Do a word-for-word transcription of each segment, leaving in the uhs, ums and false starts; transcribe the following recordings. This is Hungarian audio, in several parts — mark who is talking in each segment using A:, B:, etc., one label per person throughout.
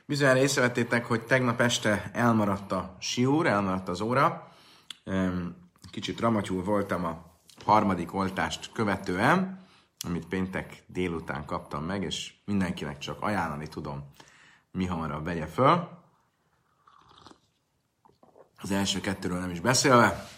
A: Bizonyára észrevettétek, hogy tegnap este elmaradt a siúr, elmaradt az óra. Kicsit ramatyúl voltam a harmadik oltást követően, amit péntek délután kaptam meg, és mindenkinek csak ajánlani tudom, mi hamarabb vegye föl. Az első kettőről nem is beszélve.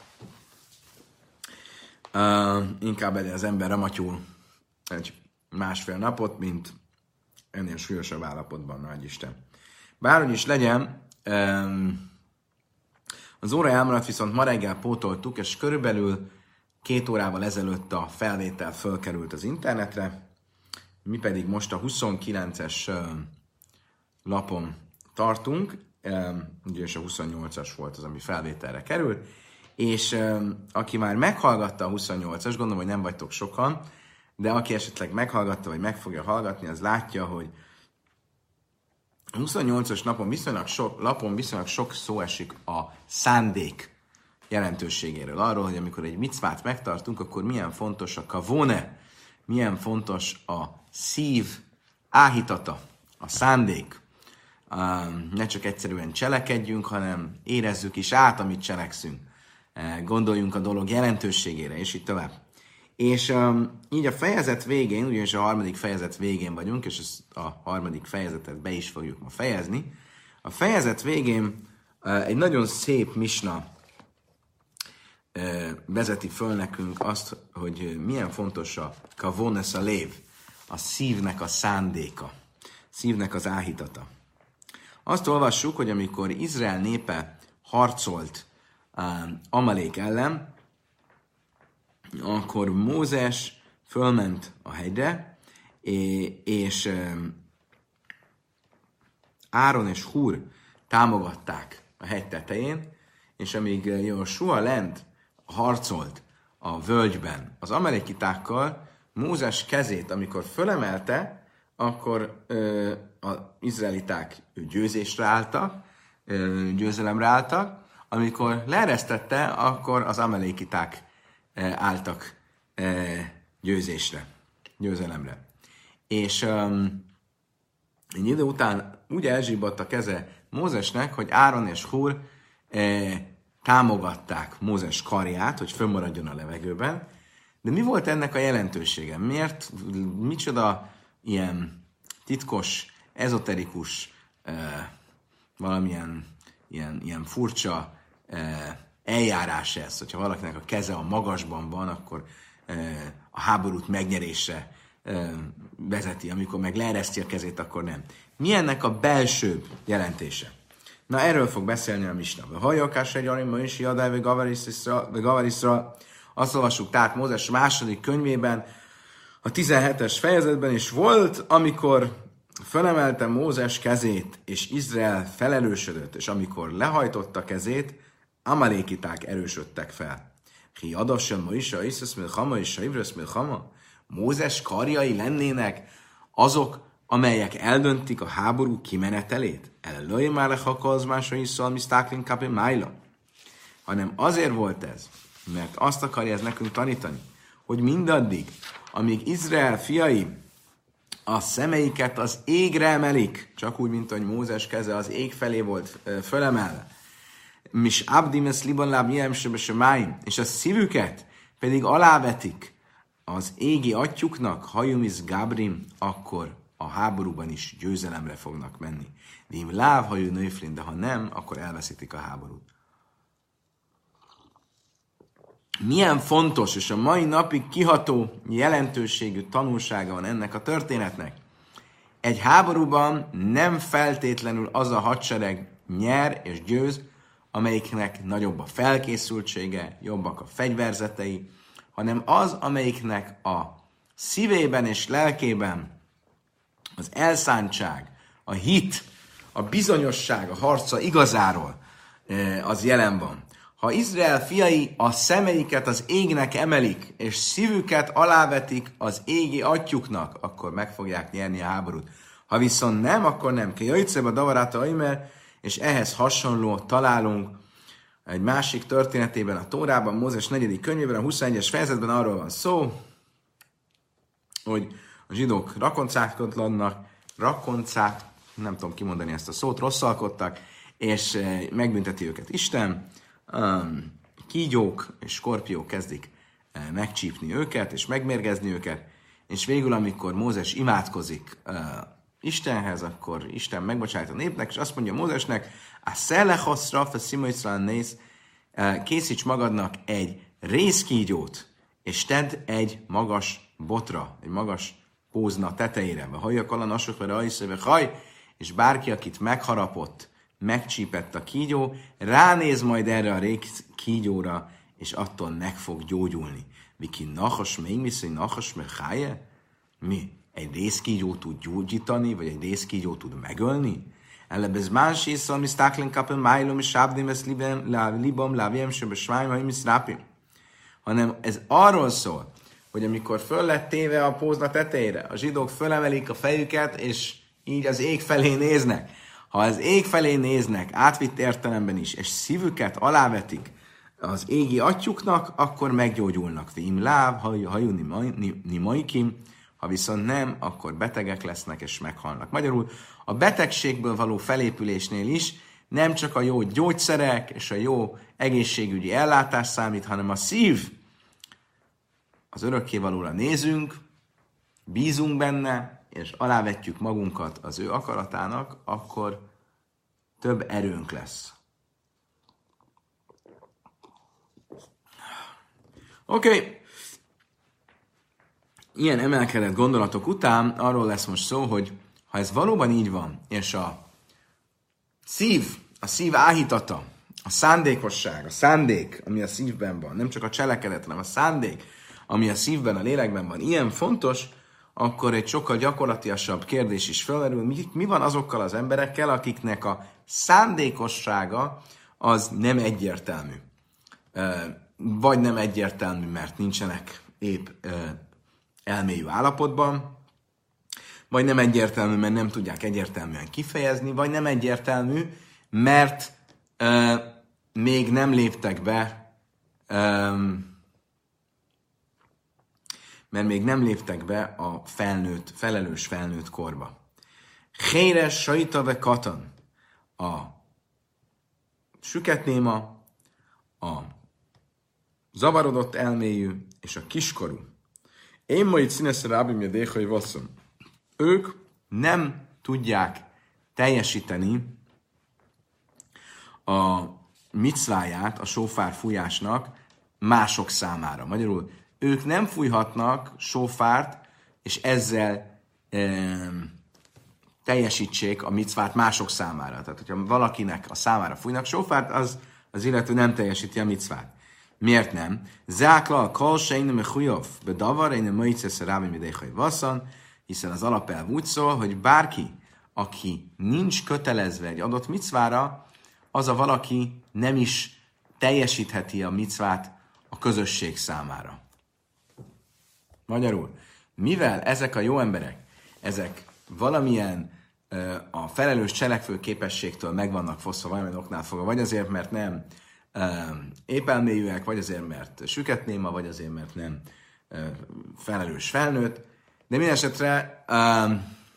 A: Uh, inkább legyen az ember ramatyúl egy másfél napot, mint ennél súlyosabb állapotban, nagy Isten. Bárhogy is legyen, um, az óra elmaradt, viszont ma reggel pótoltuk, és körülbelül két órával ezelőtt a felvétel fölkerült az internetre, mi pedig most a huszonkilences uh, lapon tartunk, um, ugye és a huszonnyolcas volt az, ami felvételre került, és um, aki már meghallgatta a huszonnyolcas, gondolom, hogy nem vagytok sokan, de aki esetleg meghallgatta, vagy meg fogja hallgatni, az látja, hogy a huszonnyolcas napon viszonylag sok, lapon viszonylag sok szó esik a szándék jelentőségéről. Arról, hogy amikor egy micvát megtartunk, akkor milyen fontos a kavone, milyen fontos a szív áhítata, a szándék. Ne csak egyszerűen cselekedjünk, hanem érezzük is át, amit cselekszünk. Gondoljunk a dolog jelentőségére, és így tovább. És um, így a fejezet végén, ugyanis a harmadik fejezet végén vagyunk, és ezt a harmadik fejezetet be is fogjuk ma fejezni. A fejezet végén uh, egy nagyon szép misna uh, vezeti föl nekünk azt, hogy milyen fontos a kavones a lév, a szívnek a szándéka, szívnek az áhítata. Azt olvassuk, hogy amikor Izrael népe harcolt uh, Amalék ellen, akkor Mózes fölment a hegyre, és Áron és Húr támogatták a hegy tetején, és amíg Jósua lent harcolt a völgyben az amalekitákkal, Mózes kezét, amikor fölemelte, akkor az izraeliták győzésre álltak, győzelemre álltak, amikor leeresztette, akkor az amalekiták álltak győzésre, győzelemre. És um, egy idő után úgy elzsíbott a keze Mózesnek, hogy Áron és Húr eh, támogatták Mózes karját, hogy fönnmaradjon a levegőben. De mi volt ennek a jelentősége? Miért? Micsoda ilyen titkos, ezoterikus, eh, valamilyen ilyen, ilyen furcsa eh, eljárás ez, hogyha valakinek a keze a magasban van, akkor e, a háborút megnyerésre e, vezeti, amikor meg leereszti a kezét, akkor nem. Mi ennek a belső jelentése? Na, erről fog beszélni a misna. Hajakás egy arimma is, jadály, vagy gavariszra. Azt olvassuk, tehát Mózes második könyvében, a tizenhetes fejezetben is volt, amikor felemelte Mózes kezét, és Izrael felerősödött, és amikor lehajtotta kezét, amalékiták erősödtek fel. Hi adassam Moisa, Iszesz milchama, és Saivres milchama. Mózes karjai lennének azok, amelyek eldöntik a háború kimenetelét. Elelőj már lehakaz másra iszal, misztáklin kapi májla. Hanem azért volt ez, mert azt akarja ez nekünk tanítani, hogy mindaddig, amíg Izrael fiai a szemeiket az égre emelik, csak úgy, mint ahogy Mózes keze az ég felé volt fölemelve, mis abdimes liban láb nyelmsebe semáim, és a szívüket pedig alávetik az égi atyuknak, hajumis gabrim, akkor a háborúban is győzelemre fognak menni. Dim láv hajú nőflin, de ha nem, akkor elveszítik a háborút. Milyen fontos, és a mai napig kiható jelentőségű tanulsága van ennek a történetnek. Egy háborúban nem feltétlenül az a hadsereg nyer és győz, amelyiknek nagyobb a felkészültsége, jobbak a fegyverzetei, hanem az, amelyiknek a szívében és lelkében az elszántság, a hit, a bizonyosság, a harca igazáról az jelen van. Ha Izrael fiai a szemeiket az égnek emelik, és szívüket alávetik az égi atyuknak, akkor meg fogják nyerni a háborút. Ha viszont nem, akkor nem. Ki jöjjtszebe davaráta aimer, és ehhez hasonló találunk egy másik történetében a Tórában, Mózes negyedik könyvében, a huszonegyes fejezetben arról van szó, hogy a zsidók rakoncátlankodnak, rakoncát nem tudom kimondani ezt a szót, rosszalkodtak, és megbünteti őket Isten. Kígyók és skorpiók kezdik megcsípni őket, és megmérgezni őket, és végül, amikor Mózes imádkozik Istenhez, akkor Isten megbocsájt a népnek, és azt mondja Mózesnek, a szelechaszra, a szimaiszrán néz, készíts magadnak egy rézkígyót, és tedd egy magas botra, egy magas pózna tetejére. Hajjak alá nasokra rajszöve haj, és bárki, akit megharapott, megcsípett a kígyó, ránéz majd erre a rézkígyóra, és attól meg fog gyógyulni. Viki nachas még mi szín nachas meháje? Mi? Egy rézkígyó tud gyógyítani, vagy egy rézkígyó tud megölni? Elebez más észre, ami sztáklen kapen májlom, és sábdém ezt libam, lávjem, söbe svájm, ha rápim. Hanem ez arról szól, hogy amikor föl lett téve a pózna tetejére, a zsidók fölemelik a fejüket, és így az ég felé néznek. Ha az ég felé néznek, átvitt értelemben is, és szívüket alávetik az égi atyuknak, akkor meggyógyulnak. Im láv, hajú nimaikim, ha viszont nem, akkor betegek lesznek és meghalnak. Magyarul a betegségből való felépülésnél is nem csak a jó gyógyszerek és a jó egészségügyi ellátás számít, hanem a szív. Az örökkévalóra nézünk, bízunk benne, és alávetjük magunkat az ő akaratának, akkor több erőnk lesz. Oké. Okay. Ilyen emelkedett gondolatok után arról lesz most szó, hogy ha ez valóban így van, és a szív, a szív áhítata, a szándékosság, a szándék, ami a szívben van, nem csak a cselekedet, hanem a szándék, ami a szívben, a lélekben van, ilyen fontos, akkor egy sokkal gyakorlatiasabb kérdés is felmerül. Mi, mi van azokkal az emberekkel, akiknek a szándékossága az nem egyértelmű. Vagy nem egyértelmű, mert nincsenek épp elmélyű állapotban, vagy nem egyértelmű, mert nem tudják egyértelműen kifejezni, vagy nem egyértelmű, mert uh, még nem léptek be, um, mert még nem léptek be a felnőtt, felelős felnőtt korba. Héres sajtave katan, a süketnéma, a zavarodott elmélyű és a kiskorú. Én ma itt színeszre rábim jödéhaj vasszom. Ők nem tudják teljesíteni a micváját, a sófár fújásnak mások számára. Magyarul ők nem fújhatnak sófárt, és ezzel e, teljesítsék a micvát mások számára. Tehát, hogyha valakinek a számára fújnak sófárt, az, az illető nem teljesíti a micvát. Miért nem? Zákla, kalseine mechujov, bedavareine maicesz rábi midéhaj vasszan, hiszen az alapelv úgy szól, hogy bárki, aki nincs kötelezve egy adott micvára, az a valaki nem is teljesítheti a micvát a közösség számára. Magyarul, mivel ezek a jó emberek, ezek valamilyen uh, a felelős cselekvő képességtől meg vannak foszva valamilyen oknál fogva, vagy azért, mert nem uh, épelmélyűek, vagy azért, mert süketnéma, vagy azért, mert nem uh, felelős felnőtt, de minden esetre uh,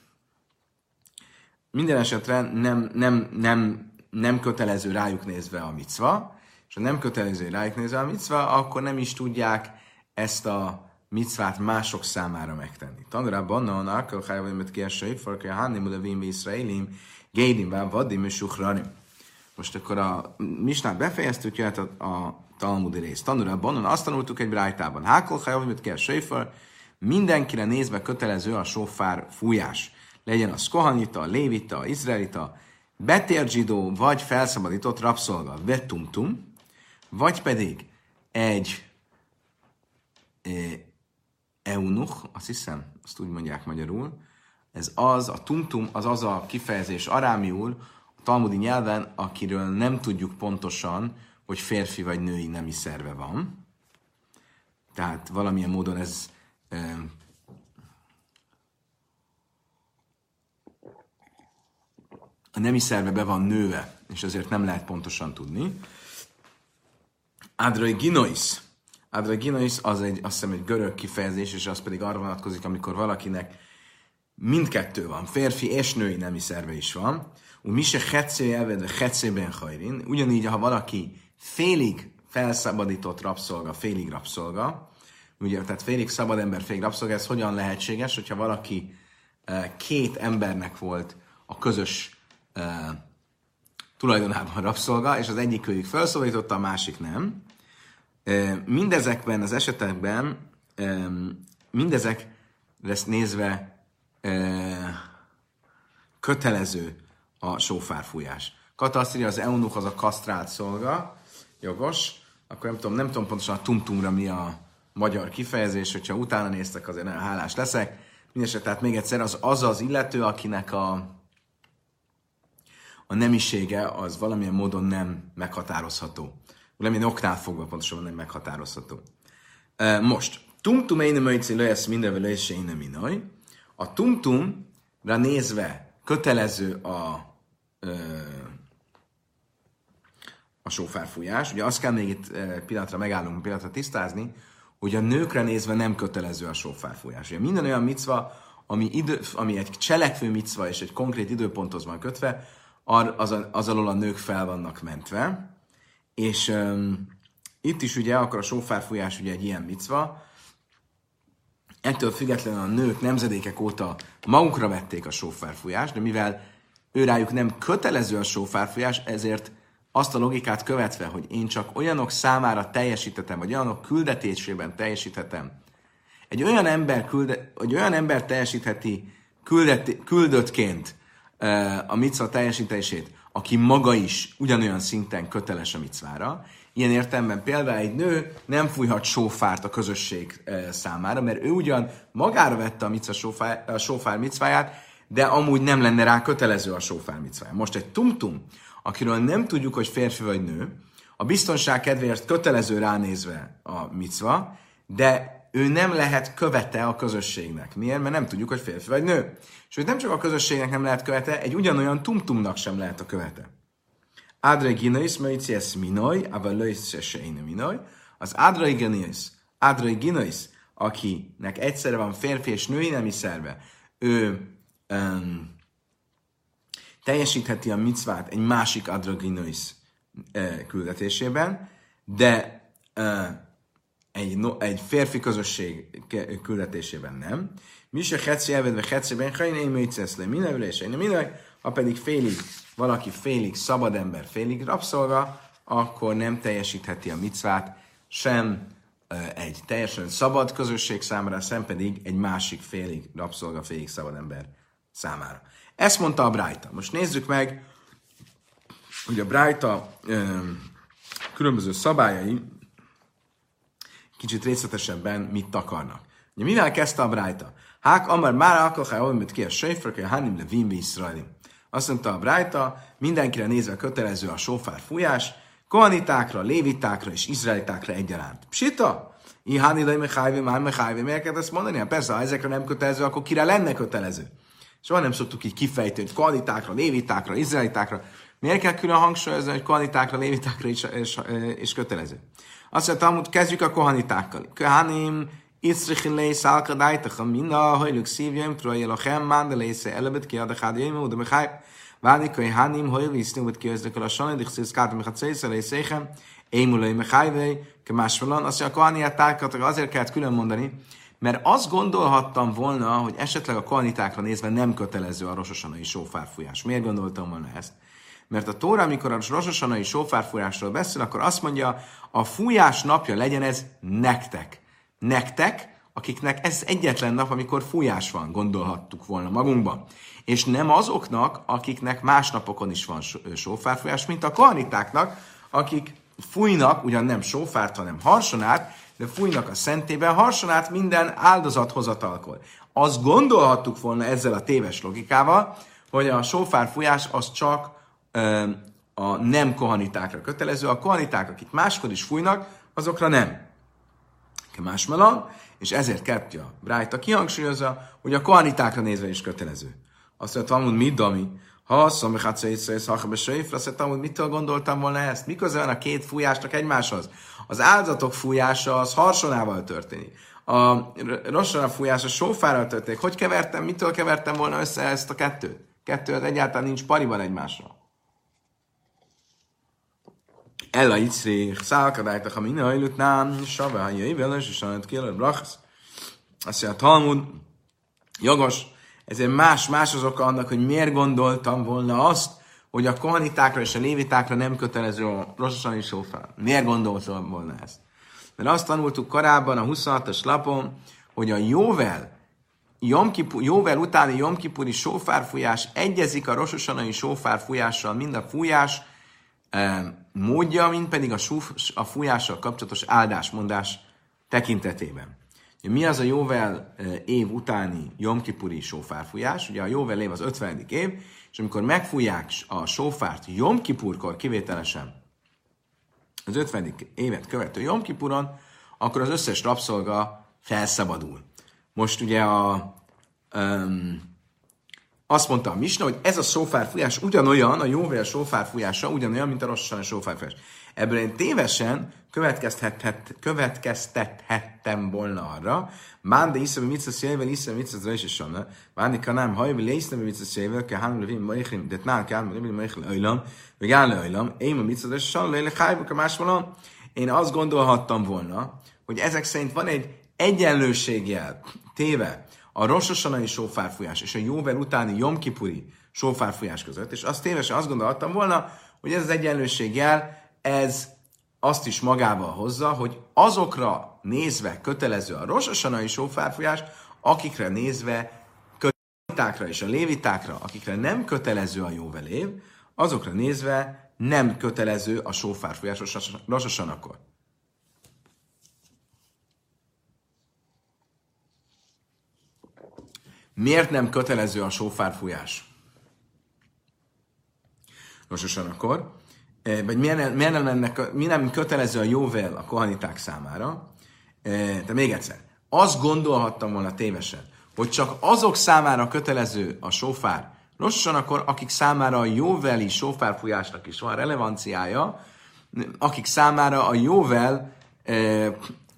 A: minden esetre nem, nem, nem, nem kötelező rájuk nézve a micva, és ha nem kötelező rájuk nézve a micva, akkor nem is tudják ezt a micvát mások számára megtenni. Tanulában annak, hogy hájavaim kiesői, farkai a hannim ulevim iszraelim, gédim vá vadim és uchranim. Most akkor a misnát befejeztük, jöhet a, a talmudi rész. Tanulában azt tanultuk egy brájtában. Hákol hájavaim kiesői, mindenkire nézve kötelező a sófár fújás. Legyen az kohanita, lévita, izraelita, betért zsidó, vagy felszabadított rabszolga, vetumtum, vagy pedig egy e, eunuch, azt hiszem, azt úgy mondják magyarul, ez az, a tumtum, az az a kifejezés arámiul, a talmudi nyelven, akiről nem tudjuk pontosan, hogy férfi vagy női nemi szerve van. Tehát valamilyen módon ez e, a nemi szerve be van nőve, és ezért nem lehet pontosan tudni. Adraginois. Adraginois az egy, azt hiszem, egy görög kifejezés, és az pedig arra vonatkozik, amikor valakinek mindkettő van, férfi és női nemi szerve is van, úgy mi se hetszé elvedve hetszében hajrin, ugyanígy, ha valaki félig felszabadított rabszolga, félig rabszolga, ugye, tehát félig szabad ember, félig rabszolga, ez hogyan lehetséges, hogyha valaki két embernek volt a közös uh, tulajdonában rabszolga, és az egyik őjük felszabadította, a másik nem. Uh, mindezekben az esetekben, um, mindezek lesz nézve uh, kötelező a sófárfújás. Kata azt írja, az eunuch az a kasztrált szolga, jogos, akkor nem tudom, nem tudom pontosan a tumtumra mi a magyar kifejezés, hogyha utána néztek, azért nagyon hálás leszek. Mindenesetre, tehát még egyszer, az az az illető, akinek a, a nemisége az valamilyen módon nem meghatározható. Valamilyen oknál fogva pontosan nem meghatározható. Most, tumtum éne möjci löjesz mindenve löjse éne minaj. A tumtumra nézve kötelező a a sófárfújás. Ugye azt kell még itt pillanatra megállunk, pillanatra tisztázni, hogy a nőkre nézve nem kötelező a sófárfújás. Ugye minden olyan micva, ami, idő, ami egy cselekvő micva és egy konkrét időponthoz van kötve, az, az alól a nők fel vannak mentve. És um, itt is ugye akkor a sófárfújás ugye egy ilyen micva. Ettől függetlenül a nők nemzedékek óta magukra vették a sófárfújást, de mivel őrájuk nem kötelező a sófárfújás, ezért azt a logikát követve, hogy én csak olyanok számára teljesíthetem, vagy olyanok küldetésében teljesíthetem, egy olyan ember, külde, egy olyan ember teljesítheti küldet, küldöttként uh, a micva teljesítését, aki maga is ugyanolyan szinten köteles a micvára. Ilyen értelemben például egy nő nem fújhat sófárt a közösség uh, számára, mert ő ugyan magára vette a, micva sófár, a sófár micváját, de amúgy nem lenne rá kötelező a sófár micvája. Most egy tumtum, akiről nem tudjuk, hogy férfi vagy nő, a biztonság kedvéért kötelező ránézve a micva, de ő nem lehet követe a közösségnek. Miért? Mert nem tudjuk, hogy férfi vagy nő. És hogy nem csak a közösségnek nem lehet követe, egy ugyanolyan tumtumnak sem lehet a követe. Adrai ginais, möjci ez minoj, aber löjsz se minoj. Az adrai ginais, adrai ginais, akinek egyszerre van férfi és női nemi szerve, ő um, teljesítheti a micvát egy másik adraginois uh, küldetésében, de uh, egy, no, egy férfi közösség küldetésében nem. Mi se hetszé elvedve hetszében, ha én én műjtszesz le mindenre, és én minden, ha pedig félig, valaki félig szabad ember, félig rabszolga, akkor nem teljesítheti a micvát sem uh, egy teljesen szabad közösség számára, sem pedig egy másik félig rabszolga, félig szabad ember számára. Ezt mondta a Brájta. Most nézzük meg, hogy a Brájta ö, különböző szabályai kicsit részletesebben mit akarnak. Ugye mivel kezdte a Brájta? Hák, amar már alkohol, hogy mit ki a sejfrök, hogy hanem le vimbi iszraeli. Azt mondta a Brájta, mindenkire nézve kötelező a sófár fújás, kohanitákra, lévitákra és izraelitákra egyaránt. Psita? Ihani lej mechájvé, már mechájvé. Miért kell ezt mondani? Hát persze, ha ezekre nem kötelező, akkor kire lenne kötelező? Soha nem szoktuk így kifejteni, hogy kohanitákra, lévitákra, izraelitákra. Miért kell külön hangsúlyozni, hogy kohanitákra, lévitákra is, és, és kötelező? Azt mondja, Talmud, kezdjük a kohanitákkal. Kohanim, iszrichin lei szálkadájtacha, minna, hajluk szívjaim, trojjelochem, mandelésze, elebet ki adekád jöjjmű, de mecháj. Várni, kohanim, hajluk isznyúbet ki özlök el a sanad, és szízkátom, hogy hatszésze, lészéchem, émulai mechájvei, kemásfalon. Azt mondja, a kohanitákat azért kellett külön mondani, mert azt gondolhattam volna, hogy esetleg a kohanitákra nézve nem kötelező a rosh hasanai sófárfújás. Miért gondoltam volna ezt? Mert a Tóra, amikor a rosh hasanai sófárfújásról beszél, akkor azt mondja, a fújás napja legyen ez nektek. Nektek, akiknek ez egyetlen nap, amikor fújás van, gondolhattuk volna magunkban. És nem azoknak, akiknek más napokon is van sófárfújás, mint a kohanitáknak, akik fújnak, ugyan nem sófárt, hanem harsonát, de fújnak a szentében harsonát minden áldozathozatalkor. Azt gondolhattuk volna ezzel a téves logikával, hogy a sófárfújás az csak ö, a nem kohanitákra kötelező, a kohaniták, akik máskor is fújnak, azokra nem. Másmalan, és ezért kettja Brájta kihangsúlyozza, hogy a kohanitákra nézve is kötelező. Azt mondja, Talmud, mit, Dami? Ha szamichatsz észre, ha sejfra, azt mondja, mitől gondoltam volna ezt? Miközben a két fújásnak egymáshoz? Az áldozatok fújása az harsonával történik. a Rossana fújás a sófárral történik. Hogy kevertem, mitől kevertem volna össze ezt a kettőt? Kettő az egyáltalán nincs pariban egymásra. Ella Itzri, szálkadájtak, ha minden hajlott nám, savá, jöjj vele, és sajnálat kérlek, brachsz. Azt mondja, a Talmud, jogos, ezért más, más az oka annak, hogy miért gondoltam volna azt, hogy a kohanitákra és a lévitákra nem kötelező a Rosh Hashanai sófár. Miért gondoltam volna ezt? Mert azt tanultuk korábban a huszonhatos lapon, hogy a Jóvel, Jom Kipur, Jóvel utáni Jom Kipuri sófárfújás egyezik a Rosh Hashanai sófárfújással, mind a fújás eh, módja, mind pedig a, súf, a fújással kapcsolatos áldásmondás tekintetében. Mi az a Jóvel eh, év utáni Jom Kipuri sófárfújás? Ugye a Jóvel év az ötvenedik év, és amikor megfújják a sófárt Jom Kipurkor kivételesen, az ötvenedik évet követő Jom Kipuron, akkor az összes rabszolga felszabadul. Most ugye a, um, azt mondta a Misna, hogy ez a sófárfújás ugyanolyan, a Jóvel sófárfújása ugyanolyan, mint a Rosh Hashanai sófárfújás. Ebből én tévesen következtethet, következtethettem volna arra, Mánde iszabbi mitzaszével, iszabbi mitzaszével, és sanna, Mánde kanám hajvi leiszabbi mitzaszével, ke hánul levim maichim, de tnál ke hánul levim maichim öjlam, meg áll öjlam, én a mitzaszével, és sanna, lejle hájvuk a másvalon. Én azt gondolhattam volna, hogy ezek szerint van egy egyenlőségjel téve a Rosh Hashanai sófárfújás és a Jóvel utáni Jom Kipuri sófárfújás között, és azt tévesen azt gondolhattam volna, hogy ez az egyenlőségjel, ez azt is magával hozza, hogy azokra nézve kötelező a Rosh Hashanai sófárfújás, akikre nézve kötelező és a lévitákra, akikre nem kötelező a Jóvel év, azokra nézve nem kötelező a sófárfújás Rosh Hashanakor. Miért nem kötelező a sófárfújás Rosh Hashanakor? Vagy miért nem, miért nem, ennek, mi nem kötelező a Jóvel a kohaniták számára? De még egyszer, azt gondolhattam volna tévesen, hogy csak azok számára kötelező a sófár Rosh Hashanakor, akik számára a Jóveli sófárfújásnak is van relevanciája, akik számára a Jóvel e, e,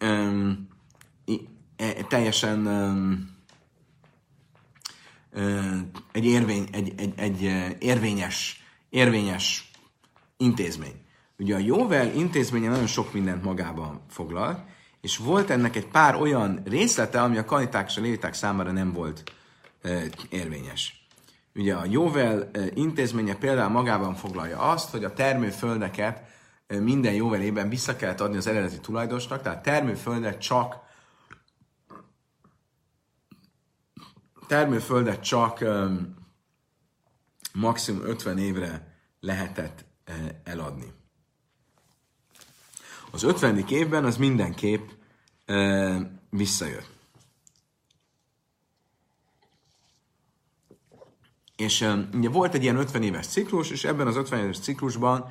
A: e, teljesen e, egy, érvény, egy, egy, egy érvényes, érvényes intézmény. Ugye a Jóvel intézménye nagyon sok mindent magában foglal, és volt ennek egy pár olyan részlete, ami a kaniták és a léviták számára nem volt e, érvényes. Ugye a Jóvel e, intézménye például magában foglalja azt, hogy a termőföldeket e, minden Jóvelében vissza kellett adni az eredeti tulajdonosnak, tehát termőföldet csak termőföldet csak e, maximum ötven évre lehetett eladni. Az ötvenedik évben az mindenképp e, visszajött. És e, ugye volt egy ilyen ötven éves ciklus, és ebben az ötven éves ciklusban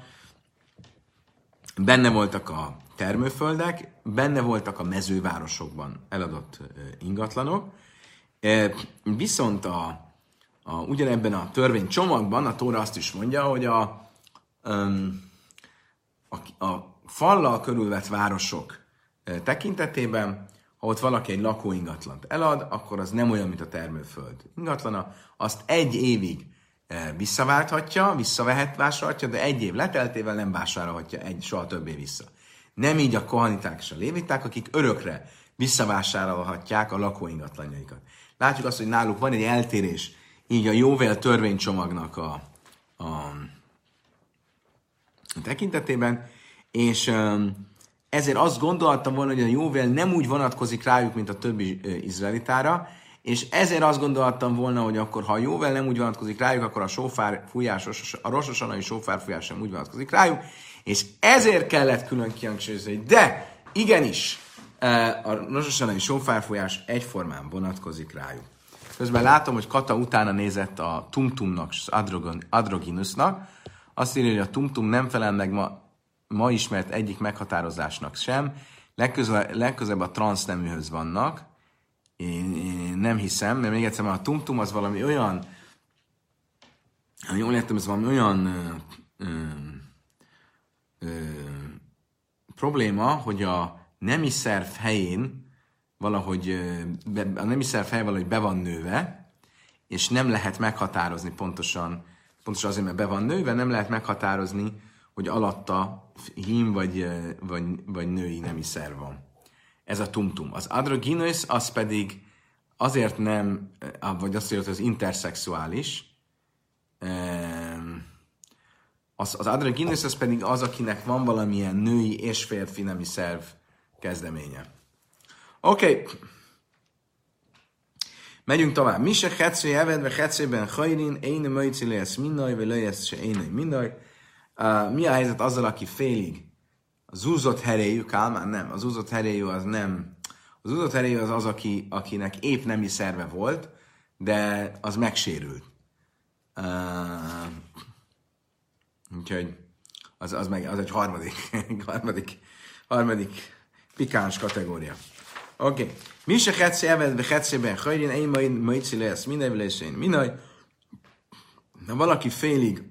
A: benne voltak a termőföldek, benne voltak a mezővárosokban eladott e, ingatlanok, e, viszont a, a, ugyanebben a törvénycsomagban a Tóra azt is mondja, hogy a A, a fallal körülvett városok tekintetében, ha ott valaki egy lakóingatlant elad, akkor az nem olyan, mint a termőföld ingatlana, azt egy évig visszaválthatja, visszavehet, vásárolhatja, de egy év leteltével nem vásárolhatja egy, soha többé vissza. Nem így a kohaniták és a léviták, akik örökre visszavásárolhatják a lakóingatlanjaikat. Látjuk azt, hogy náluk van egy eltérés, így a Jóvel törvénycsomagnak a, a tekintetében, és um, ezért azt gondoltam volna, hogy a Jóvel nem úgy vonatkozik rájuk, mint a többi uh, izraelitára, és ezért azt gondoltam volna, hogy akkor, ha a Jóvel nem úgy vonatkozik rájuk, akkor a sófár fújás, a Rosh Hashanai sófár fújás sem úgy vonatkozik rájuk, és ezért kellett külön kihangsúlyozni, hogy de, igenis, uh, a Rosh Hashanai sófár fújás egyformán vonatkozik rájuk. Közben látom, hogy Kata utána nézett a Tumtumnak, és az Androginusnak. Azt írja, hogy a Tumtum nem felel meg ma, ma ismert egyik meghatározásnak sem. Legközelebb, legközelebb a transzneműhöz vannak. Én, én nem hiszem, mert még egyszer, a Tumtum az valami olyan, ha jól értem, ez valami olyan ö, ö, ö, probléma, hogy a nemi szerv helyén valahogy a nemi szerv helye valahogy be van nőve, és nem lehet meghatározni pontosan, pontosan azért, mert be van nőve, nem lehet meghatározni, hogy alatta hím vagy, vagy, vagy női nemi szerv van. Ez a tumtum. Az androgynous az pedig azért nem, vagy azt mondja, hogy az interszexuális, az, az androgynous az pedig az, akinek van valamilyen női és férfi nemi szerv kezdeménye. Oké. Okay. Megyünk tovább. Mi se hetsző evedve hetszőben hajrin, éne möjci lesz minnaj, vagy lesz se éne minnaj. Mi a helyzet azzal, aki félig az úzott heréjű, Kálmán nem, az úzott heréjű az nem, az úzott heréjű az az, aki, akinek épp nemi szerve volt, de az megsérült. Uh, úgyhogy az, az, meg, az egy harmadik, harmadik, harmadik pikáns kategória. Oké. Okay. Mi se hetszé evedve hetszében hajrin, én majd möjci lesz minden, lesz én minden. Ha valaki félig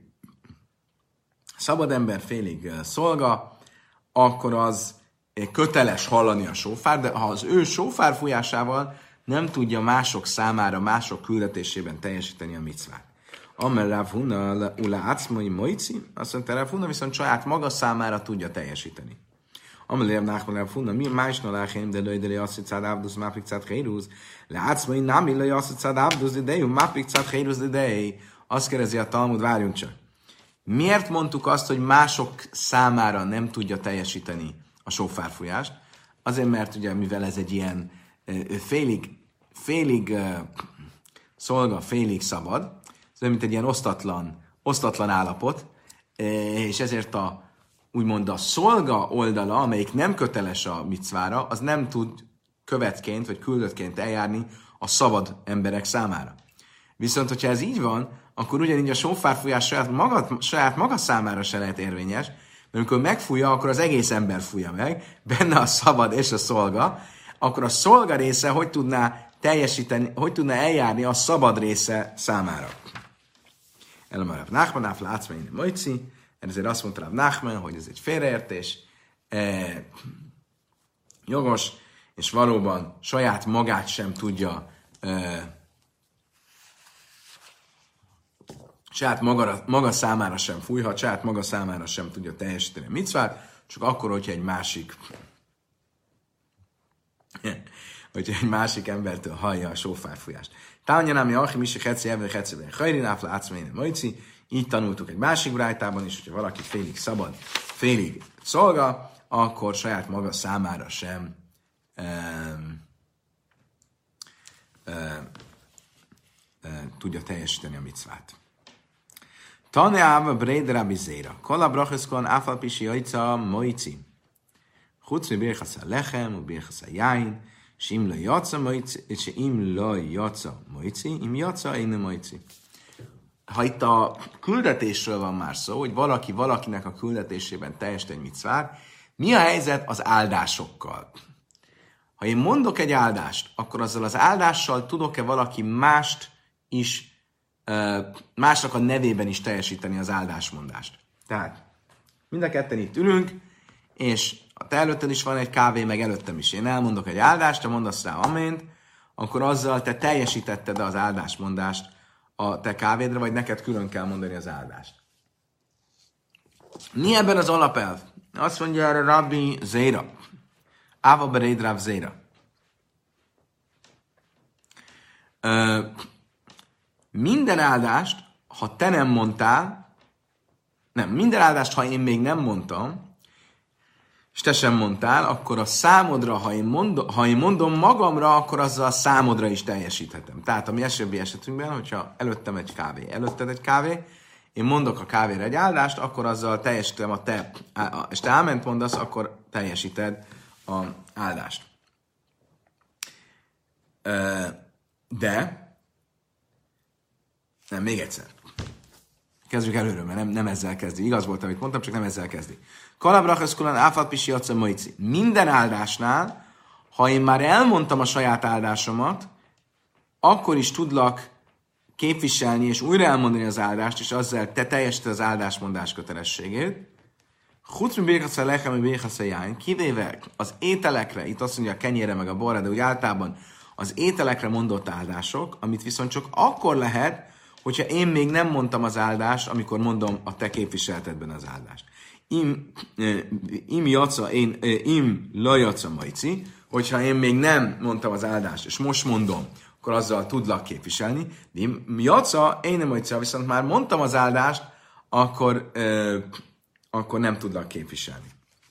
A: szabad ember, félig szolga, akkor az köteles hallani a sófár, de ha az ő sófár fújásával nem tudja mások számára, mások küldetésében teljesíteni a micvát. Amel Rav Huna ula acmai moici, azt mondta, Rav Huna viszont saját maga számára tudja teljesíteni. Amel Rav Nachman Rav Huna, mi másna láchem, de lőj, de lőj, azt hiszad abdusz, mápik cát chérúz, le acmai nami lőj, azt hiszad abdusz, idejű, mápik cát chérúz, idej. Azt kérdezi a Talmud, várjunk csak. Miért mondtuk azt, hogy mások számára nem tudja teljesíteni a sófárfújást? Azért, mert ugye, mivel ez egy ilyen félig, félig szolga, félig szabad, ez olyan, mint egy ilyen osztatlan, osztatlan állapot, és ezért a, úgymond a szolga oldala, amelyik nem köteles a micvára, az nem tud követként, vagy küldöttként eljárni a szabad emberek számára. Viszont, hogyha ez így van, akkor ugyanígy a sófárfújás saját maga, saját maga számára se lehet érvényes, mert amikor megfújja, akkor az egész ember fújja meg, benne a szabad és a szolga, akkor a szolga része hogy tudná teljesíteni, hogy tudná eljárni a szabad része számára. Elmar Rav Nachman, áfla átszményi mojci, ezért azt mondta Rav Nachman, hogy ez egy félreértés, e, jogos, és valóban saját magát sem tudja e, saját maga, maga számára sem fújhat, saját maga számára sem tudja teljesíteni a micvát, csak akkor, hogyha egy másik hogyha egy másik embertől hallja a sófárfújást. Tányanámi Achim is, hogy hetszé evő hetszében hajrin áfla átszménye majci, így tanultuk egy másik brájtában is, hogyha valaki félig szabad, félig szolga, akkor saját maga számára sem um, um, um, tudja teljesíteni a micvát. Taneáva Bréd Rabbi Zéra. Kola bracheszkon áfal pisi jajca moici. Chutz mi birchasz a lechem, u birchasz a jáin, és im lo jaca moici, és im lo jaca moici, im jaca én moici. Ha itt a küldetésről van már szó, hogy valaki valakinek a küldetésében teljesít egy micvát, mi a helyzet az áldásokkal? Ha én mondok egy áldást, akkor azzal az áldással tudok-e valaki mást is másnak a nevében is teljesíteni az áldásmondást. Tehát mind a ketten itt ülünk, és a te előtted is van egy kávé, meg előttem is. Én elmondok egy áldást, te mondasz rá amént, akkor azzal te teljesítetted az áldásmondást a te kávédra, vagy neked külön kell mondani az áldást. Mi ebben az alapelv? Azt mondja erre Rabbi Zéra. Áva beréd Rav Zéra. Uh, Minden áldást, ha te nem mondtál, nem, minden áldást, ha én még nem mondtam, és te sem mondtál, akkor a számodra, ha én, mondom, ha én mondom magamra, akkor azzal a számodra is teljesíthetem. Tehát a mi esetben esetünkben, hogyha előttem egy kávé, előtted egy kávé, én mondok a kávéra egy áldást, akkor azzal teljesítem a te, és te áment mondasz, akkor teljesíted az áldást. De nem, még egyszer. Kezdjük előről, mert nem, nem ezzel kezdi. Igaz volt, amit mondtam, csak nem ezzel kezdi. Kalabracheszkulan áfat pisi jaca moici. Minden áldásnál, ha én már elmondtam a saját áldásomat, akkor is tudlak képviselni és újra elmondani az áldást, és azzal te teljesíted az áldásmondás kötelességét. Chutz mi birkasz a lechem, mi birkasz a jány, kivéve az ételekre, itt azt mondja a kenyére meg a borra, de úgy általában az ételekre mondott áldások, amit viszont csak akkor lehet, hogyha én még nem mondtam az áldást, amikor mondom a te képviseltetben az áldást. Im, im jaca, én, im lajaca majci, hogyha én még nem mondtam az áldást, és most mondom, akkor azzal tudlak képviselni. De im jaca, én nem majci, viszont már mondtam az áldást, akkor, euh, akkor nem tudlak képviselni.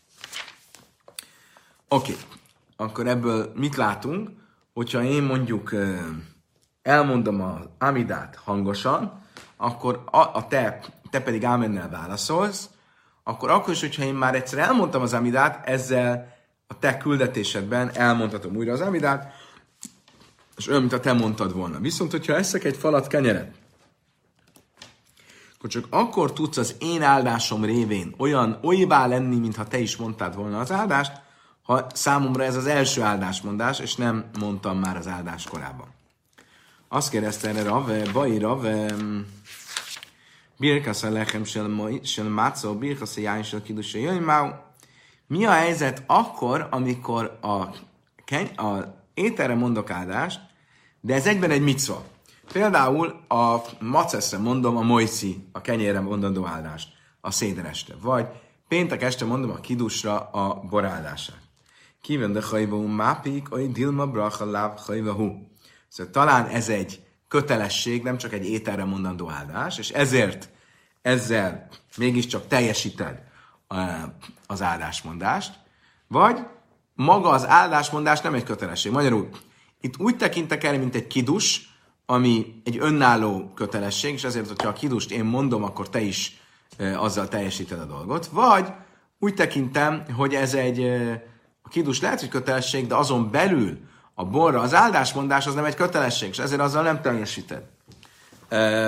A: Oké, okay. Akkor ebből mit látunk? Hogyha én mondjuk elmondom az amidát hangosan, akkor a, a te, te pedig ámennel válaszolsz, akkor akkor is, hogyha én már egyszer elmondtam az amidát, ezzel a te küldetésedben elmondhatom újra az amidát, és olyan, mint a te mondtad volna. Viszont, hogyha eszek egy falat kenyeret, akkor csak akkor tudsz az én áldásom révén olyan olybá lenni, mintha te is mondtad volna az áldást, ha számomra ez az első áldásmondás, és nem mondtam már az áldás korábban. Azt kérdezte erre Rave, Bai Rave, Birkasz a lechem sel máca, birkasz a jány sel kidus a jöjjmáu. Mi a helyzet akkor, amikor a, a ételre mondok áldást, de ez egyben egy micva. Például a maceszre mondom a mojci, a kenyérre mondandó áldást, a széder este. Vagy péntek este mondom a kidusra a boráldását. Kíván de hajvahu mápik, oly dilma bracha láb hajvahu. Szóval talán ez egy kötelesség, nem csak egy ételre mondandó áldás, és ezért ezzel mégiscsak teljesíted az áldásmondást, vagy maga az áldásmondás nem egy kötelesség. Magyarul itt úgy tekintek erre, mint egy kidus, ami egy önálló kötelesség, és ezért, hogyha a kidust én mondom, akkor te is e, azzal teljesíted a dolgot. Vagy úgy tekintem, hogy ez egy, e, a kidus lehet, hogy kötelesség, de azon belül a borra az áldásmondás az nem egy kötelesség, és ezért azzal nem teljesíted. E,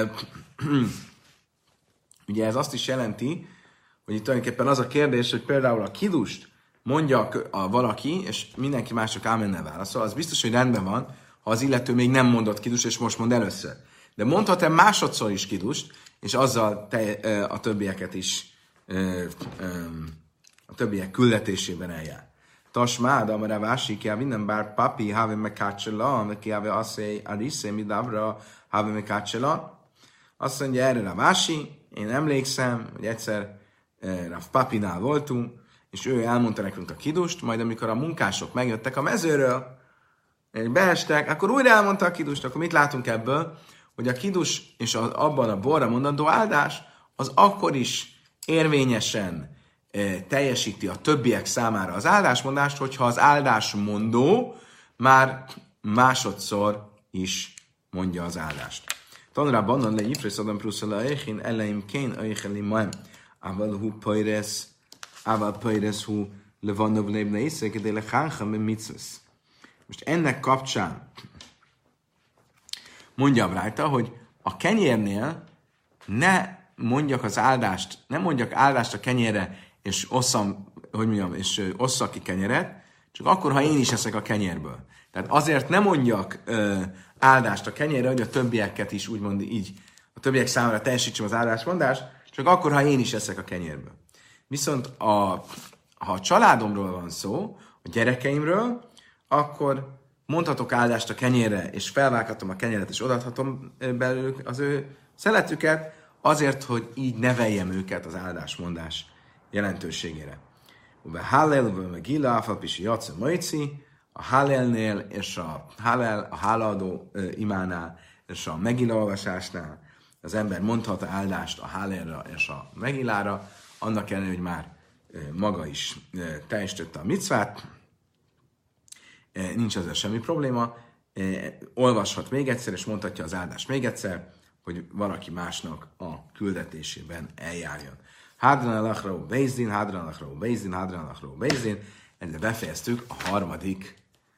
A: ugye ez azt is jelenti, hogy itt tulajdonképpen az a kérdés, hogy például a kidust mondja a, a valaki, és mindenki mások ámennel válaszol, az biztos, hogy rendben van, ha az illető még nem mondott kidust, és most mond először. De mondhat-e másodszor is kidust, és azzal te, a többieket is, a többiek küldetésében eljár. Tasmád, amire vásik, ja, minden bár papi, have me kácsela, me kiave asszé, adiszé, midavra, have me kácsela. Azt mondja erre a vási, én emlékszem, hogy egyszer Rav Papinál voltunk, és ő elmondta nekünk a kidust, majd amikor a munkások megjöttek a mezőről, beestek, akkor újra elmondta a kidust, akkor mit látunk ebből? Hogy a kidus és az, abban a borra mondandó áldás, az akkor is érvényesen e, teljesíti a többiek számára az áldásmondást, hogyha az áldásmondó már másodszor is mondja az áldást. Tanra bannan le ifrész adom pruszala eichin eleim kén eicheli maim, ával hu pajresz, ával pajresz hu levannov lébne iszek, de lecháncha me mitzvesz. Most ennek kapcsán mondjam rajta, hogy a kenyérnél ne mondjak az áldást, nem mondjak áldást a kenyérre, és osszam, hogy mondjam, és osszak ki kenyeret, csak akkor, ha én is eszek a kenyérből. Tehát azért nem mondjak ö, áldást a kenyérre, hogy a többieket is úgymond így, a többiek számára teljesítsem az áldásmondást, csak akkor, ha én is eszek a kenyérből. Viszont a, ha a családomról van szó, a gyerekeimről, akkor mondhatok áldást a kenyérre, és felvághatom a kenyeret, és odaadhatom belőlük az ő szeletüket, azért, hogy így neveljem őket az áldásmondás jelentőségére. Uve Hallel, uve Megilla, afalpisi Jace Mojci, a Hallelnél és a Hallel, a hálaadó imánál, és a Megilla olvasásnál az ember mondhat áldást a Hallelra és a Megillára, annak ellenére, hogy már maga is teljesítette a micvát, nincs ezzel semmi probléma, olvashat még egyszer, és mondhatja az áldást még egyszer, hogy valaki másnak a küldetésében eljárjon. Hádran alachró Bézdin, Hádran alachró Bézdin, Hádran alachró Bézdin, ezzel befejeztük a harmadik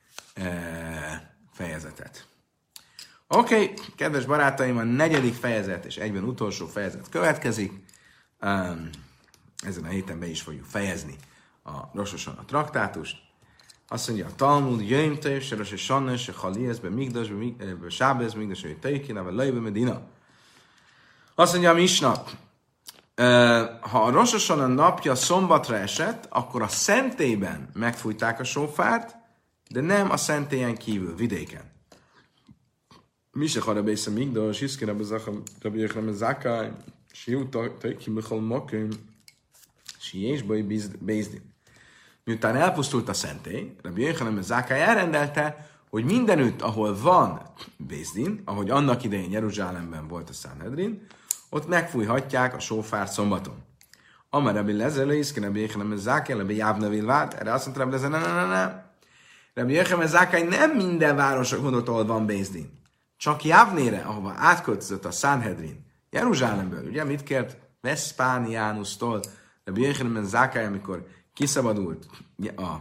A: fejezetet. Oké, okay, kedves barátaim, a negyedik fejezet és egyben utolsó fejezet következik. Ezen a héten be is fogjuk fejezni a Rososan a traktátust. Azt mondja a Talmud, jöjjm te, se Rosh Hashanah, se Chaliesz, be Migdas, be Sábez, Migdas, be Teikina, be Lejbe Medina. Azt mondja a Misna, Ha a Rosh Hashanah napja szombatra esett, akkor a szentélyben megfújták a sófárt, de nem a szentélyen kívül, vidéken. Mi se harab észre migdos, hiszkére Rabbi Yochanan Zakkai, siú tajki michal makim, siés baj bézdin. Miután elpusztult a szentély, Rabbi Yochanan Zakkai elrendelte, hogy mindenütt, ahol van bézdin, ahogy annak idején Jeruzsálemben volt a Sanhedrin, ott megfújhatják a sófárt szombaton. Amar Rabbi Lezer lehiszke, Rabbi Yochanan Zakkai, Rabbi Yavne Vilvált, erre azt mondta Rabbi Lezer, ne, ne, ne, ne. Rabbi Yochanan Zakkai nem minden városok mondott, ahol van bézdin. Csak Javnére, ahova átköltözött a Sanhedrin, Jeruzsálemből, ugye mit kért Veszpániánusztól, Rabbi Yochanan Zakkai, amikor kiszabadult a, a, a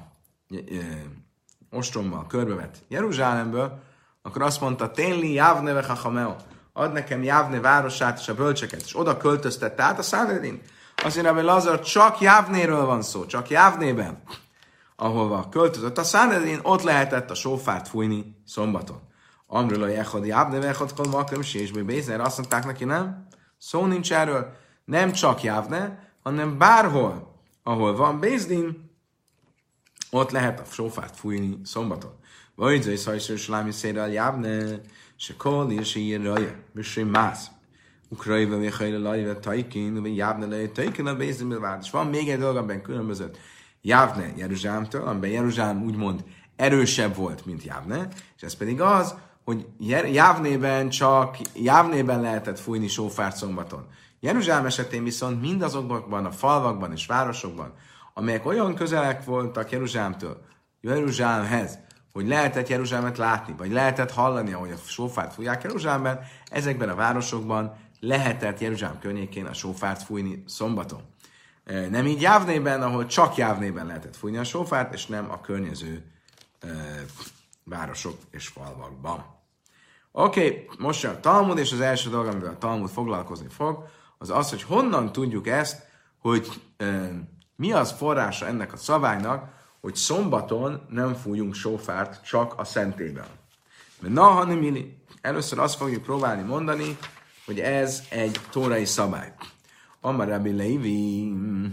A: ostrommal körbevett Jeruzsálemből, akkor azt mondta, Ténli Javne vechachameo, ad nekem Javne városát és a bölcseket, és oda költöztette át a Sanhedrin. Azt mondja, hogy Lazar, csak Javnéről van szó, csak Javnében, ahova költözött a Sanhedrin, ott lehetett a sófárt fújni szombaton. Amről a Jechod Javne vechod kol makom sésből bézer, azt mondták neki, nem? Szó nincs erről, nem csak Javne, hanem bárhol, ahol van bézdin, ott lehet a sófárt fújni szombaton. Vagy zaj szajszor slámi szérrel Javne, se kol és ilyen raja, és mász. Ukrajva véhajla lajva tajkin, vagy Javne lejt tajkin a bézdinből várt. És van még egy dolog, amiben különbözött Javne Jeruzsálemtől, amiben Jeruzsálem úgymond erősebb volt, mint Javne, és ez pedig az, hogy Javnében csak Javnében lehetett fújni sófárt szombaton. Jeruzsálem esetén viszont mindazokban a falvakban és városokban, amelyek olyan közelek voltak Jeruzsálemtől, Jeruzsálemhez, hogy lehetett Jeruzsálemet látni, vagy lehetett hallani, ahogy a sófárt fújják Jeruzsálemben, ezekben a városokban lehetett Jeruzsálem környékén a sófárt fújni szombaton. Nem így Javnében, ahol csak Javnében lehetett fújni a sófárt, és nem a környező e, városok és falvakban. Oké, okay, most jön a Talmud, és az első dolog, amivel a Talmud foglalkozni fog, az az, hogy honnan tudjuk ezt, hogy e, mi az forrása ennek a szabálynak, hogy szombaton nem fújjunk sófárt csak a szentélyben. Mert na, hanem milli. Először azt fogjuk próbálni mondani, hogy ez egy tórai szabály. Amar Rabbi Levi,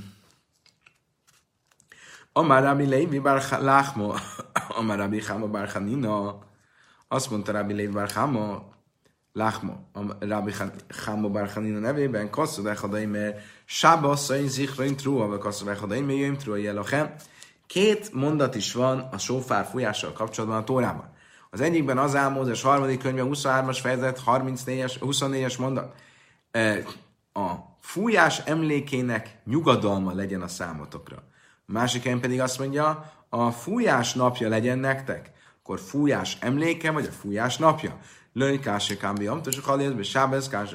A: Amar Rabbi Levi bar Lachmo, Amar Rabbi Chama bar Chanina, azt mondta Rabbi Levi bar Chama, Lachmo, Rabbi Chama bar Chanina nevében, Kasszod echadai, mert Sábasszai zichrain trua, vagy Kasszod echadai, mert jöjjön trua jelochem. Két mondat is van a sófár fújással kapcsolatban a Tórában. Az egyikben az áll Mózes harmadik könyve, huszonhármas fejezet, harmincnégyes, huszonnégyes mondat. A fújás emlékének nyugodalma legyen a számotokra. A másik helyen pedig azt mondja, a fújás napja legyen nektek. Akkor fújás emléke, vagy a fújás napja. Lőj kásé kám biamtos, a haljézbe, sábez kásé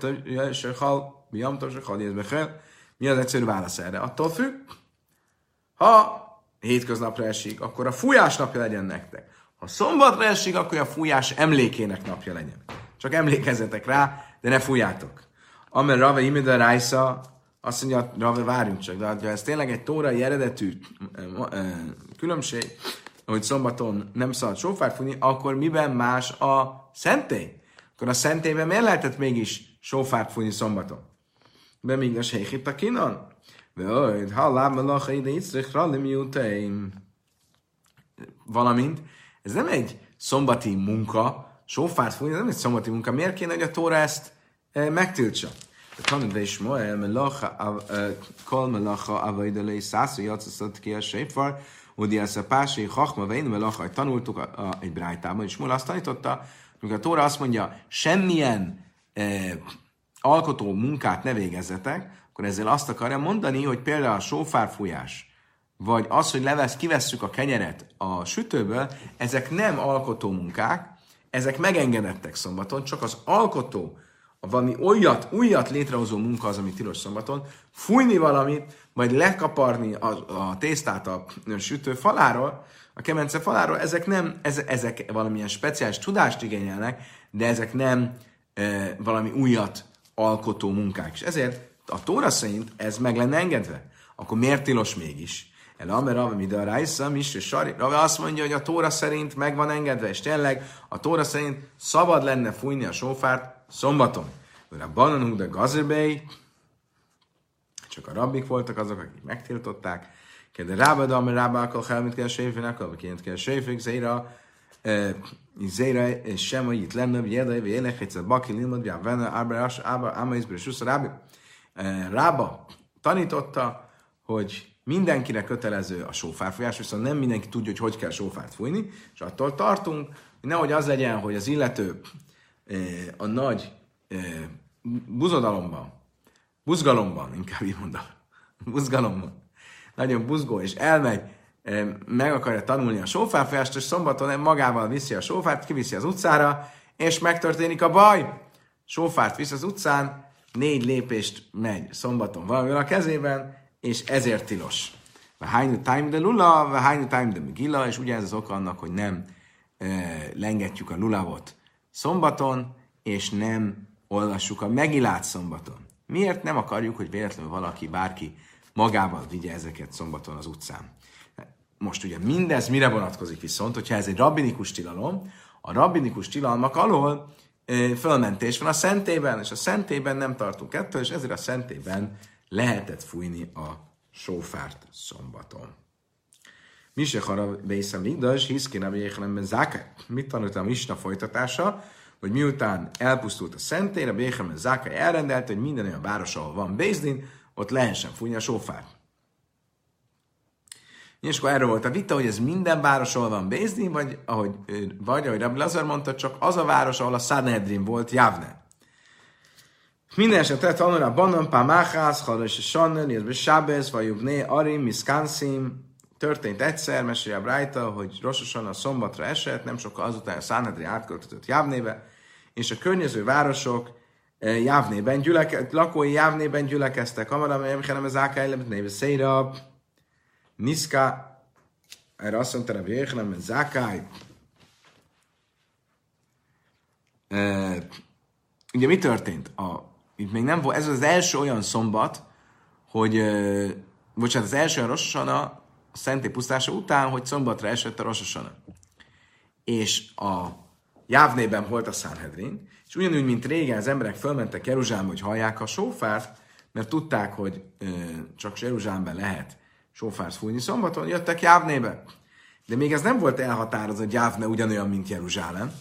A: haljézbe, mi az egyszerű válasz erre? Attól függ, ha hétköznapra esik, akkor a fújás napja legyen nektek. Ha szombatra esik, akkor a fújás emlékének napja legyen. Csak emlékezzetek rá, de ne fújjátok. Amen Rave Imida Rájsza, azt mondja, Rave, várjunk csak, de ha ez tényleg egy tórai eredetű különbség, hogy szombaton nem szabad sófárt fújni, akkor miben más a szentély? Akkor a szentélyben miért lehetett mégis sófárt fújni szombaton? Be még a séhit a kinon? Valamint, ez nem egy szombati munka, sófárt fújni, ez nem egy szombati munka. Miért kéne, hogy a Tóra ezt e, megtiltsa? Tanul és Moel, melacha, kol melacha, avaidalai szászú, játszasztott ki a séfar, udi ez a pásai, hachma, vein, melacha, tanultuk a, a, egy brájtában, és Moel azt tanította, amikor a Tóra azt mondja, semmilyen e, alkotó munkát ne végezzetek, akkor ezzel azt akarja mondani, hogy például a sófárfújás, vagy az, hogy levesz, kivesszük a kenyeret a sütőből, ezek nem alkotó munkák, ezek megengedettek szombaton, csak az alkotó, valami olyat, újat létrehozó munka az, ami tilos szombaton, fújni valamit, vagy lekaparni a, a tésztát a sütő faláról, a kemence faláról, ezek nem, ezek valamilyen speciális tudást igényelnek, de ezek nem e, valami újat alkotó munkák. És ezért a Tóra szerint ez meg lenne engedve. Akkor miért tilos mégis? El Amer Rave Mida Rájsza, Misre Sari. Rave azt mondja, hogy a Tóra szerint meg van engedve, és tényleg a Tóra szerint szabad lenne fújni a sófárt szombaton. A Banan Huda Gazerbei, csak a rabbik voltak azok, akik megtiltották. De rábad, amely rábákkal helmit kell séfének, vagy kient kell séfék, zéra, zéra, sem, hogy itt lenne, hogy érdei, vagy ének, egyszer baki, lilmad, vagy venne, ábrás, ámaizből, és usza rábi. Rába tanította, hogy mindenkire kötelező a sófárfújás, viszont nem mindenki tudja, hogy hogy kell sófárt fújni, és attól tartunk, hogy nehogy az legyen, hogy az illető a nagy buzodalomban, buzgalomban, inkább így mondom, buzgalomban, nagyon buzgó, és elmegy, meg akarja tanulni a sófárfújást, és szombaton magával viszi a sófárt, kiviszi az utcára, és megtörténik a baj. Sófárt visz az utcán, négy lépést megy szombaton valamivel a kezében, és ezért tilos. Vahányú time de lula, vahányú time de megilla, és ugye ez az oka annak, hogy nem e, lengetjük a lulavot szombaton, és nem olvassuk a megillát szombaton. Miért nem akarjuk, hogy véletlenül valaki, bárki magával vigye ezeket szombaton az utcán? Most ugye mindez mire vonatkozik viszont, hogyha ez egy rabbinikus tilalom, a rabbinikus tilalmak alól e, fölmentés van a szentében, és a szentében nem tartunk ettől, és ezért a szentében lehetett fújni a sófárt szombaton. Mi se harab bészem migdas, hiszkén a béhelemben zákai. Mit tanult a misna folytatása, hogy miután elpusztult a szentély, a béhelemben zákai elrendelte, hogy minden olyan város, ahol van bézdin, ott lehessen fújni a sófárt. És akkor erről volt a vita, hogy ez minden város, ahol van bézdin, vagy ahogy, vagy, ahogy Rabbi Lazar mondta, csak az a város, ahol a Sanhedrin volt, Javne. Minden esetre tanulra banan, pámáhász, halas és sannel, illetve sábez, vagy jubné, arim, miszkánszim. Történt egyszer, mesélje a Brájta, hogy Rososan a szombatra esett, nem sokkal azután a Sanhedrin átköltözött Javnébe, és a környező városok Javnében gyüleke, lakói Javnében gyülekeztek. Amaram, emhelem az ákájlemet néve Széra, Niszka, erre azt mondta, hogy emhelem az ákáj. Ugye mi történt? A Itt még nem volt, ez az első olyan szombat, hogy, uh, bocsánat, az első olyan Rosh Hashanah a szentély pusztása után, hogy szombatra esett a Rosh Hashanah. És a Javnében volt a Sanhedrin, és ugyanúgy, mint régen az emberek fölmentek Jeruzsálembe, hogy hallják a sófárt, mert tudták, hogy uh, csak Jeruzsálemben lehet sófárt fújni szombaton, jöttek Javnébe. De még ez nem volt elhatározott, hogy Javne ugyanolyan, mint Jeruzsálem.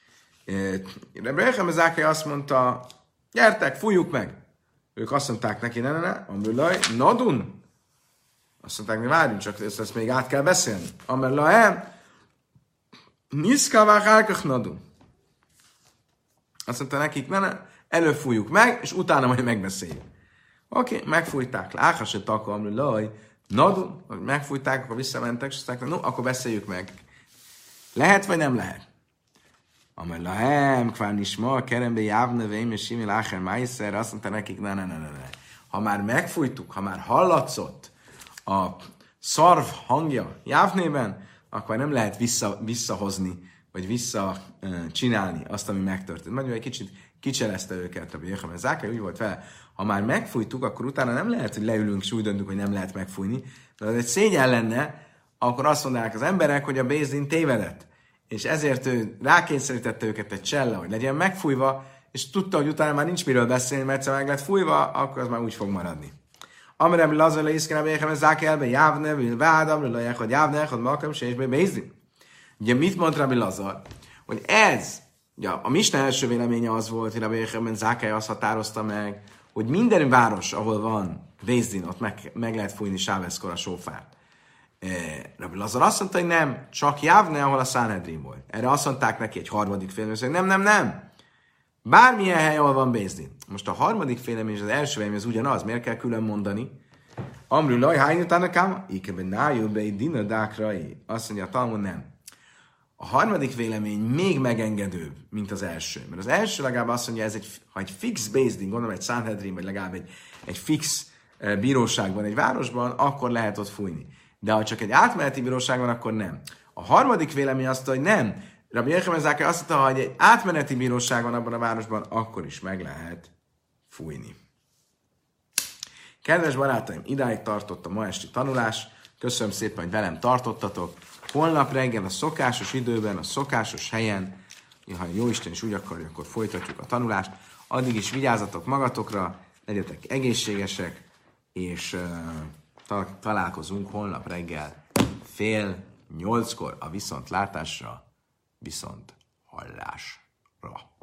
A: Rebbe Zákai azt mondta, gyertek, fújjuk meg! Ők azt mondták neki, ne, ne, ne, Amrulaj, nadun! Azt mondták, mi várjunk, csak ezt, ezt még át kell beszélni. Amrulaj, niszkává hálkach nadun! Azt mondta nekik, ne, ne, előbb fújjuk meg, és utána majd megbeszéljük. Oké, okay, megfújták, láhasett akkor Amrulaj, nadun, megfújták, akkor visszamentek, és azt mondták, no, akkor beszéljük meg. Lehet, vagy nem lehet? Amely lahem, kvár nisma, kerembe jávne, veim, és simil áher májszer, azt mondta nekik, ne, ne, ne, ne, ne. Ha már megfújtuk, ha már hallatszott a szarv hangja Jávnében, akkor nem lehet vissza, visszahozni, vagy visszacsinálni azt, ami megtörtént. Magyarul egy kicsit kicselezte őket, Rabbi Yochanan Zákai úgy volt vele, ha már megfújtuk, akkor utána nem lehet, hogy leülünk, és úgy döntünk, hogy nem lehet megfújni. De az egy szégyen lenne, akkor azt mondanák az emberek, hogy a Bézdin tévedett. És ezért ő rákényszerítette őket egy cselle, hogy legyen megfújva, és tudta, hogy utána már nincs miről beszélni, mert ha meg lett fújva, akkor az már úgy fog maradni. Amerem lazar leiszken a béhem, zák elbe, jávne, vil vádam, lajják, hogy jávne, hogy makam, se és bézdin. Ugye mit mond Rabbi Lazar? Hogy ez, ugye a Misna első véleménye az volt, hogy Rabbi Yochanan Zákai azt határozta meg, hogy minden város, ahol van bézdin, ott meg, meg lehet fújni sáveszkor a sófárt. Rabbi Lazar azt mondta, hogy nem, csak Javne, ahol a Sanhedrin volt. Erre azt mondták neki egy harmadik félemény, hogy nem, nem, nem. Bármilyen hely, ahol van Bézdin. Most a harmadik félemény és az első vélemény az ugyanaz, miért kell külön mondani? Amrul laj, hány utána káma? Ikebe nájú be dina dákrai. Azt mondja, a Talmud nem. A harmadik vélemény még megengedőbb, mint az első. Mert az első legalább azt mondja, ez egy, ha egy fix Bézdin, gondolom egy Sanhedrin, vagy legalább egy, egy fix bíróságban, egy városban, akkor lehet ott fújni. De ha csak egy átmeneti bíróság van, akkor nem. A harmadik vélemény azt mondta, hogy nem. Rabbi Yochanan Zákai azt mondta, hogy egy átmeneti bíróság van abban a városban, akkor is meg lehet fújni. Kedves barátaim, idáig tartott a ma esti tanulás. Köszönöm szépen, hogy velem tartottatok. Holnap reggel a szokásos időben, a szokásos helyen, ha Jóisten is úgy akarja, akkor folytatjuk a tanulást. Addig is vigyázzatok magatokra, legyetek egészségesek, és uh, találkozunk holnap reggel fél nyolckor a viszontlátásra, viszont hallásra.